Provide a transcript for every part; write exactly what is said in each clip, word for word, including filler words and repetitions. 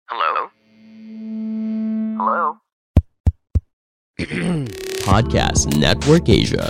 Hello? Hello? Podcast Network Asia.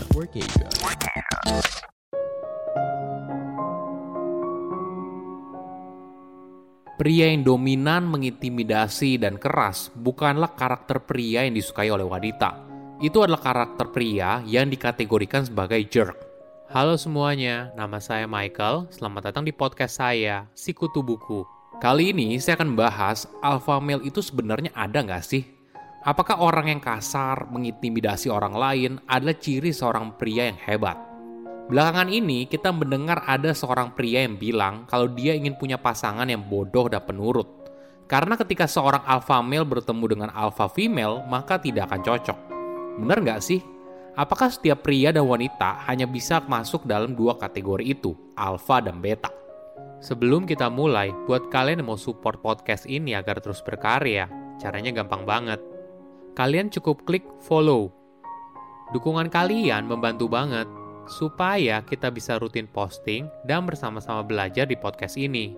Pria yang dominan, mengintimidasi, dan keras bukanlah karakter pria yang disukai oleh wanita. Itu adalah karakter pria yang dikategorikan sebagai jerk. Halo semuanya, nama saya Michael. Selamat datang di podcast saya, Sikutu Buku. Kali ini saya akan bahas alpha male itu sebenarnya ada nggak sih? Apakah orang yang kasar, mengintimidasi orang lain adalah ciri seorang pria yang hebat? Belakangan ini kita mendengar ada seorang pria yang bilang kalau dia ingin punya pasangan yang bodoh dan penurut. Karena ketika seorang alpha male bertemu dengan alpha female, maka tidak akan cocok. Benar nggak sih? Apakah setiap pria dan wanita hanya bisa masuk dalam dua kategori itu, alpha dan beta? Sebelum kita mulai, buat kalian yang mau support podcast ini agar terus berkarya, caranya gampang banget. Kalian cukup klik follow. Dukungan kalian membantu banget supaya kita bisa rutin posting dan bersama-sama belajar di podcast ini.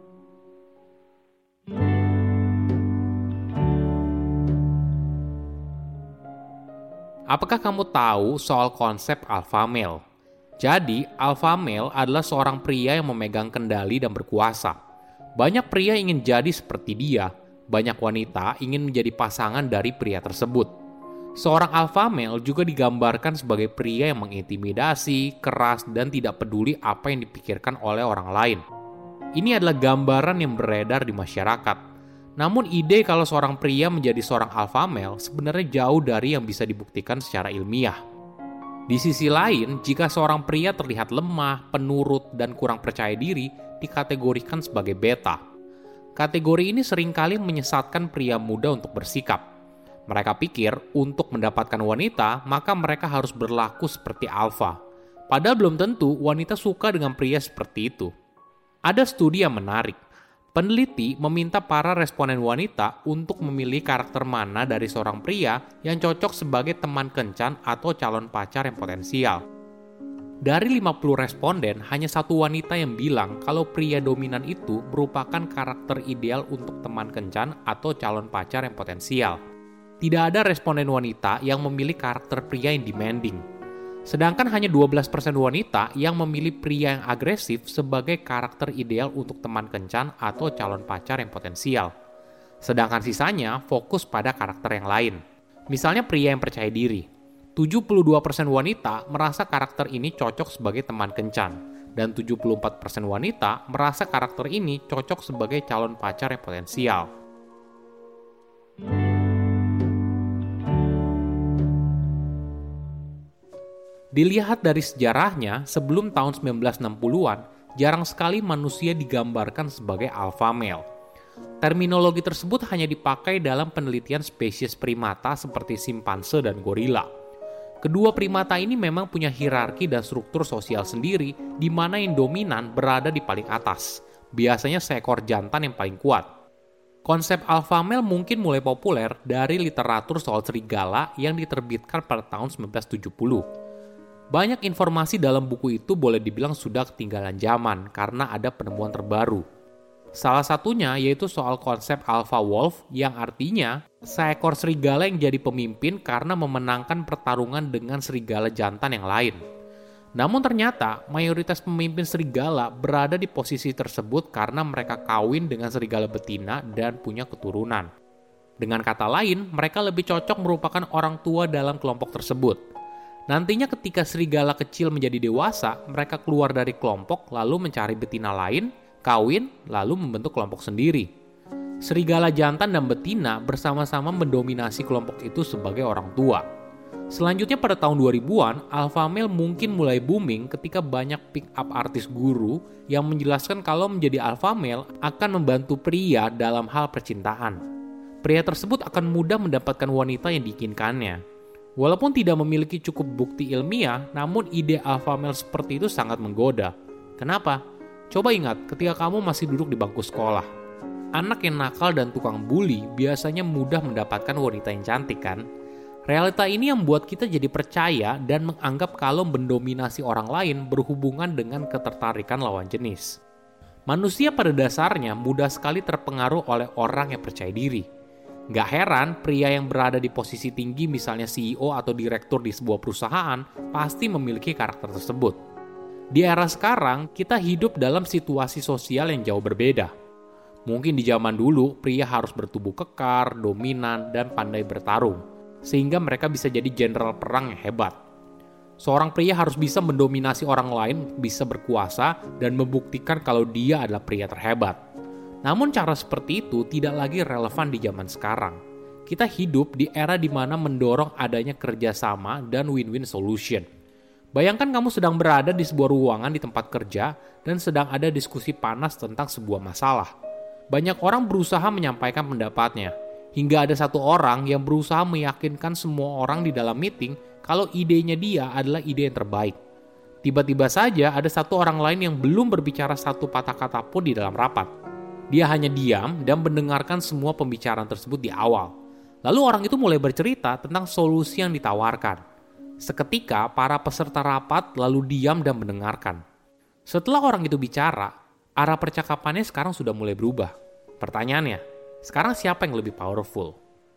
Apakah kamu tahu soal konsep alpha male? Jadi, alpha male adalah seorang pria yang memegang kendali dan berkuasa. Banyak pria ingin jadi seperti dia, banyak wanita ingin menjadi pasangan dari pria tersebut. Seorang alpha male juga digambarkan sebagai pria yang mengintimidasi, keras, dan tidak peduli apa yang dipikirkan oleh orang lain. Ini adalah gambaran yang beredar di masyarakat. Namun ide kalau seorang pria menjadi seorang alpha male sebenarnya jauh dari yang bisa dibuktikan secara ilmiah. Di sisi lain, jika seorang pria terlihat lemah, penurut, dan kurang percaya diri, dikategorikan sebagai beta. Kategori ini seringkali menyesatkan pria muda untuk bersikap. Mereka pikir untuk mendapatkan wanita, maka mereka harus berlaku seperti alpha. Padahal belum tentu wanita suka dengan pria seperti itu. Ada studi yang menarik. Peneliti meminta para responden wanita untuk memilih karakter mana dari seorang pria yang cocok sebagai teman kencan atau calon pacar yang potensial. Dari lima puluh responden, hanya satu wanita yang bilang kalau pria dominan itu merupakan karakter ideal untuk teman kencan atau calon pacar yang potensial. Tidak ada responden wanita yang memilih karakter pria yang demanding. Sedangkan hanya dua belas persen wanita yang memilih pria yang agresif sebagai karakter ideal untuk teman kencan atau calon pacar yang potensial. Sedangkan sisanya fokus pada karakter yang lain. Misalnya pria yang percaya diri. tujuh puluh dua persen wanita merasa karakter ini cocok sebagai teman kencan. Dan tujuh puluh empat persen wanita merasa karakter ini cocok sebagai calon pacar yang potensial. Dilihat dari sejarahnya, sebelum tahun sembilan belas enam puluhan, jarang sekali manusia digambarkan sebagai alpha male. Terminologi tersebut hanya dipakai dalam penelitian spesies primata seperti simpanse dan gorila. Kedua primata ini memang punya hierarki dan struktur sosial sendiri, di mana yang dominan berada di paling atas, biasanya seekor jantan yang paling kuat. Konsep alpha male mungkin mulai populer dari literatur soal serigala yang diterbitkan pada tahun sembilan belas tujuh puluh. Banyak informasi dalam buku itu boleh dibilang sudah ketinggalan zaman karena ada penemuan terbaru. Salah satunya yaitu soal konsep alpha wolf yang artinya seekor serigala yang jadi pemimpin karena memenangkan pertarungan dengan serigala jantan yang lain. Namun ternyata mayoritas pemimpin serigala berada di posisi tersebut karena mereka kawin dengan serigala betina dan punya keturunan. Dengan kata lain, mereka lebih cocok merupakan orang tua dalam kelompok tersebut. Nantinya ketika serigala kecil menjadi dewasa, mereka keluar dari kelompok lalu mencari betina lain, kawin, lalu membentuk kelompok sendiri. Serigala jantan dan betina bersama-sama mendominasi kelompok itu sebagai orang tua. Selanjutnya pada tahun dua ribuan, alpha male mungkin mulai booming ketika banyak pick up artis guru yang menjelaskan kalau menjadi alpha male akan membantu pria dalam hal percintaan. Pria tersebut akan mudah mendapatkan wanita yang diinginkannya. Walaupun tidak memiliki cukup bukti ilmiah, namun ide alpha male seperti itu sangat menggoda. Kenapa? Coba ingat ketika kamu masih duduk di bangku sekolah. Anak yang nakal dan tukang bully biasanya mudah mendapatkan wanita yang cantik kan? Realita ini yang membuat kita jadi percaya dan menganggap kalau mendominasi orang lain berhubungan dengan ketertarikan lawan jenis. Manusia pada dasarnya mudah sekali terpengaruh oleh orang yang percaya diri. Gak heran pria yang berada di posisi tinggi misalnya C E O atau direktur di sebuah perusahaan pasti memiliki karakter tersebut. Di era sekarang, kita hidup dalam situasi sosial yang jauh berbeda. Mungkin di zaman dulu, pria harus bertubuh kekar, dominan, dan pandai bertarung, sehingga mereka bisa jadi jenderal perang yang hebat. Seorang pria harus bisa mendominasi orang lain, bisa berkuasa, dan membuktikan kalau dia adalah pria terhebat. Namun cara seperti itu tidak lagi relevan di zaman sekarang. Kita hidup di era di mana mendorong adanya kerjasama dan win-win solution. Bayangkan kamu sedang berada di sebuah ruangan di tempat kerja dan sedang ada diskusi panas tentang sebuah masalah. Banyak orang berusaha menyampaikan pendapatnya, hingga ada satu orang yang berusaha meyakinkan semua orang di dalam meeting kalau idenya dia adalah ide yang terbaik. Tiba-tiba saja ada satu orang lain yang belum berbicara satu patah kata pun di dalam rapat. Dia hanya diam dan mendengarkan semua pembicaraan tersebut di awal. Lalu orang itu mulai bercerita tentang solusi yang ditawarkan. Seketika para peserta rapat lalu diam dan mendengarkan. Setelah orang itu bicara, arah percakapannya sekarang sudah mulai berubah. Pertanyaannya, sekarang siapa yang lebih powerful?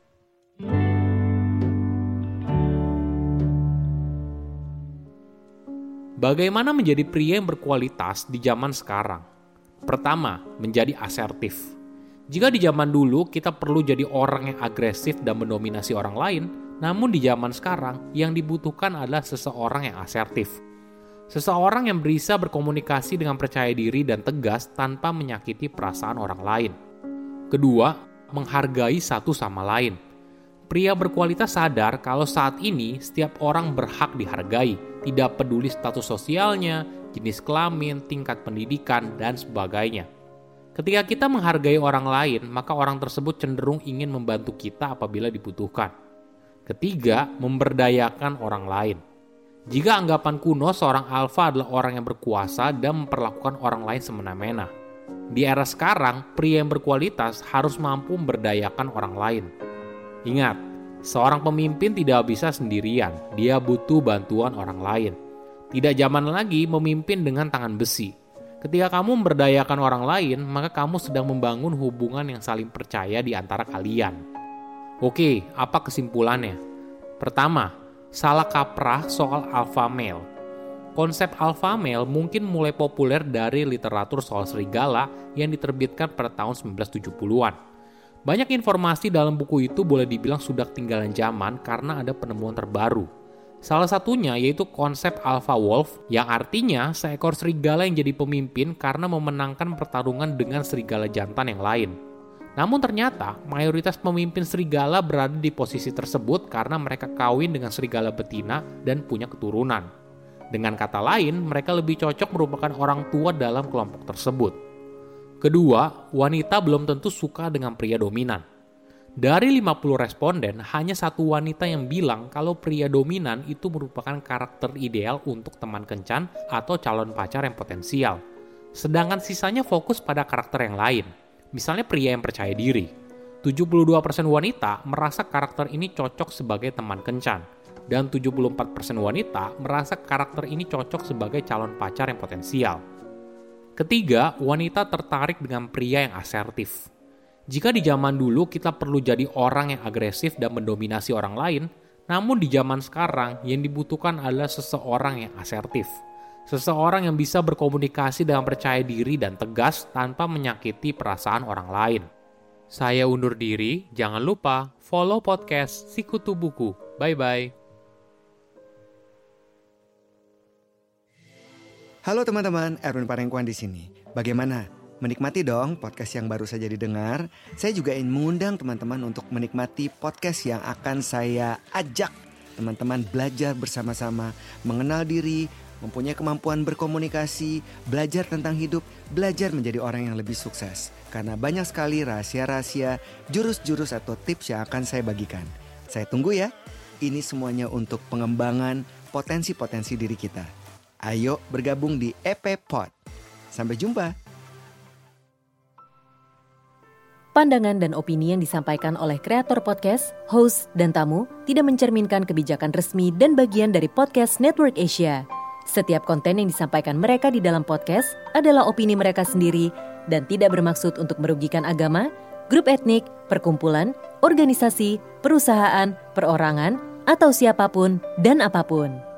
Bagaimana menjadi pria yang berkualitas di zaman sekarang? Pertama, menjadi asertif. Jika di zaman dulu kita perlu jadi orang yang agresif dan mendominasi orang lain, namun di zaman sekarang yang dibutuhkan adalah seseorang yang asertif. Seseorang yang bisa berkomunikasi dengan percaya diri dan tegas tanpa menyakiti perasaan orang lain. Kedua, menghargai satu sama lain. Pria berkualitas sadar kalau saat ini setiap orang berhak dihargai, tidak peduli status sosialnya, jenis kelamin, tingkat pendidikan, dan sebagainya. Ketika kita menghargai orang lain, maka orang tersebut cenderung ingin membantu kita apabila dibutuhkan. Ketiga, memberdayakan orang lain. Jika anggapan kuno seorang alfa adalah orang yang berkuasa dan memperlakukan orang lain semena-mena. Di era sekarang, pria yang berkualitas harus mampu memberdayakan orang lain. Ingat, seorang pemimpin tidak bisa sendirian, dia butuh bantuan orang lain. Tidak zaman lagi memimpin dengan tangan besi. Ketika kamu memberdayakan orang lain, maka kamu sedang membangun hubungan yang saling percaya di antara kalian. Oke, apa kesimpulannya? Pertama, salah kaprah soal alpha male. Konsep alpha male mungkin mulai populer dari literatur soal serigala yang diterbitkan pada tahun sembilan belas tujuh puluhan. Banyak informasi dalam buku itu boleh dibilang sudah ketinggalan zaman karena ada penemuan terbaru. Salah satunya yaitu konsep alpha wolf yang artinya seekor serigala yang jadi pemimpin karena memenangkan pertarungan dengan serigala jantan yang lain. Namun ternyata mayoritas pemimpin serigala berada di posisi tersebut karena mereka kawin dengan serigala betina dan punya keturunan. Dengan kata lain, mereka lebih cocok merupakan orang tua dalam kelompok tersebut. Kedua, wanita belum tentu suka dengan pria dominan. Dari lima puluh responden, hanya satu wanita yang bilang kalau pria dominan itu merupakan karakter ideal untuk teman kencan atau calon pacar yang potensial. Sedangkan sisanya fokus pada karakter yang lain. Misalnya pria yang percaya diri. tujuh puluh dua persen wanita merasa karakter ini cocok sebagai teman kencan. Dan tujuh puluh empat persen wanita merasa karakter ini cocok sebagai calon pacar yang potensial. Ketiga, wanita tertarik dengan pria yang asertif. Jika di zaman dulu kita perlu jadi orang yang agresif dan mendominasi orang lain, namun di zaman sekarang yang dibutuhkan adalah seseorang yang asertif. Seseorang yang bisa berkomunikasi dengan percaya diri dan tegas tanpa menyakiti perasaan orang lain. Saya undur diri, jangan lupa follow podcast Sikutu Buku. Bye-bye. Halo teman-teman, Erwin Parengkuan di sini. Bagaimana? Menikmati dong podcast yang baru saja didengar. Saya juga ingin mengundang teman-teman untuk menikmati podcast yang akan saya ajak teman-teman belajar bersama-sama, mengenal diri, mempunyai kemampuan berkomunikasi, belajar tentang hidup, belajar menjadi orang yang lebih sukses. Karena banyak sekali rahasia-rahasia, jurus-jurus atau tips yang akan saya bagikan. Saya tunggu ya. Ini semuanya untuk pengembangan potensi-potensi diri kita. Ayo bergabung di E P Pod. Sampai jumpa. Pandangan dan opini yang disampaikan oleh kreator podcast, host, dan tamu tidak mencerminkan kebijakan resmi dan bagian dari Podcast Network Asia. Setiap konten yang disampaikan mereka di dalam podcast adalah opini mereka sendiri dan tidak bermaksud untuk merugikan agama, grup etnik, perkumpulan, organisasi, perusahaan, perorangan, atau siapapun dan apapun.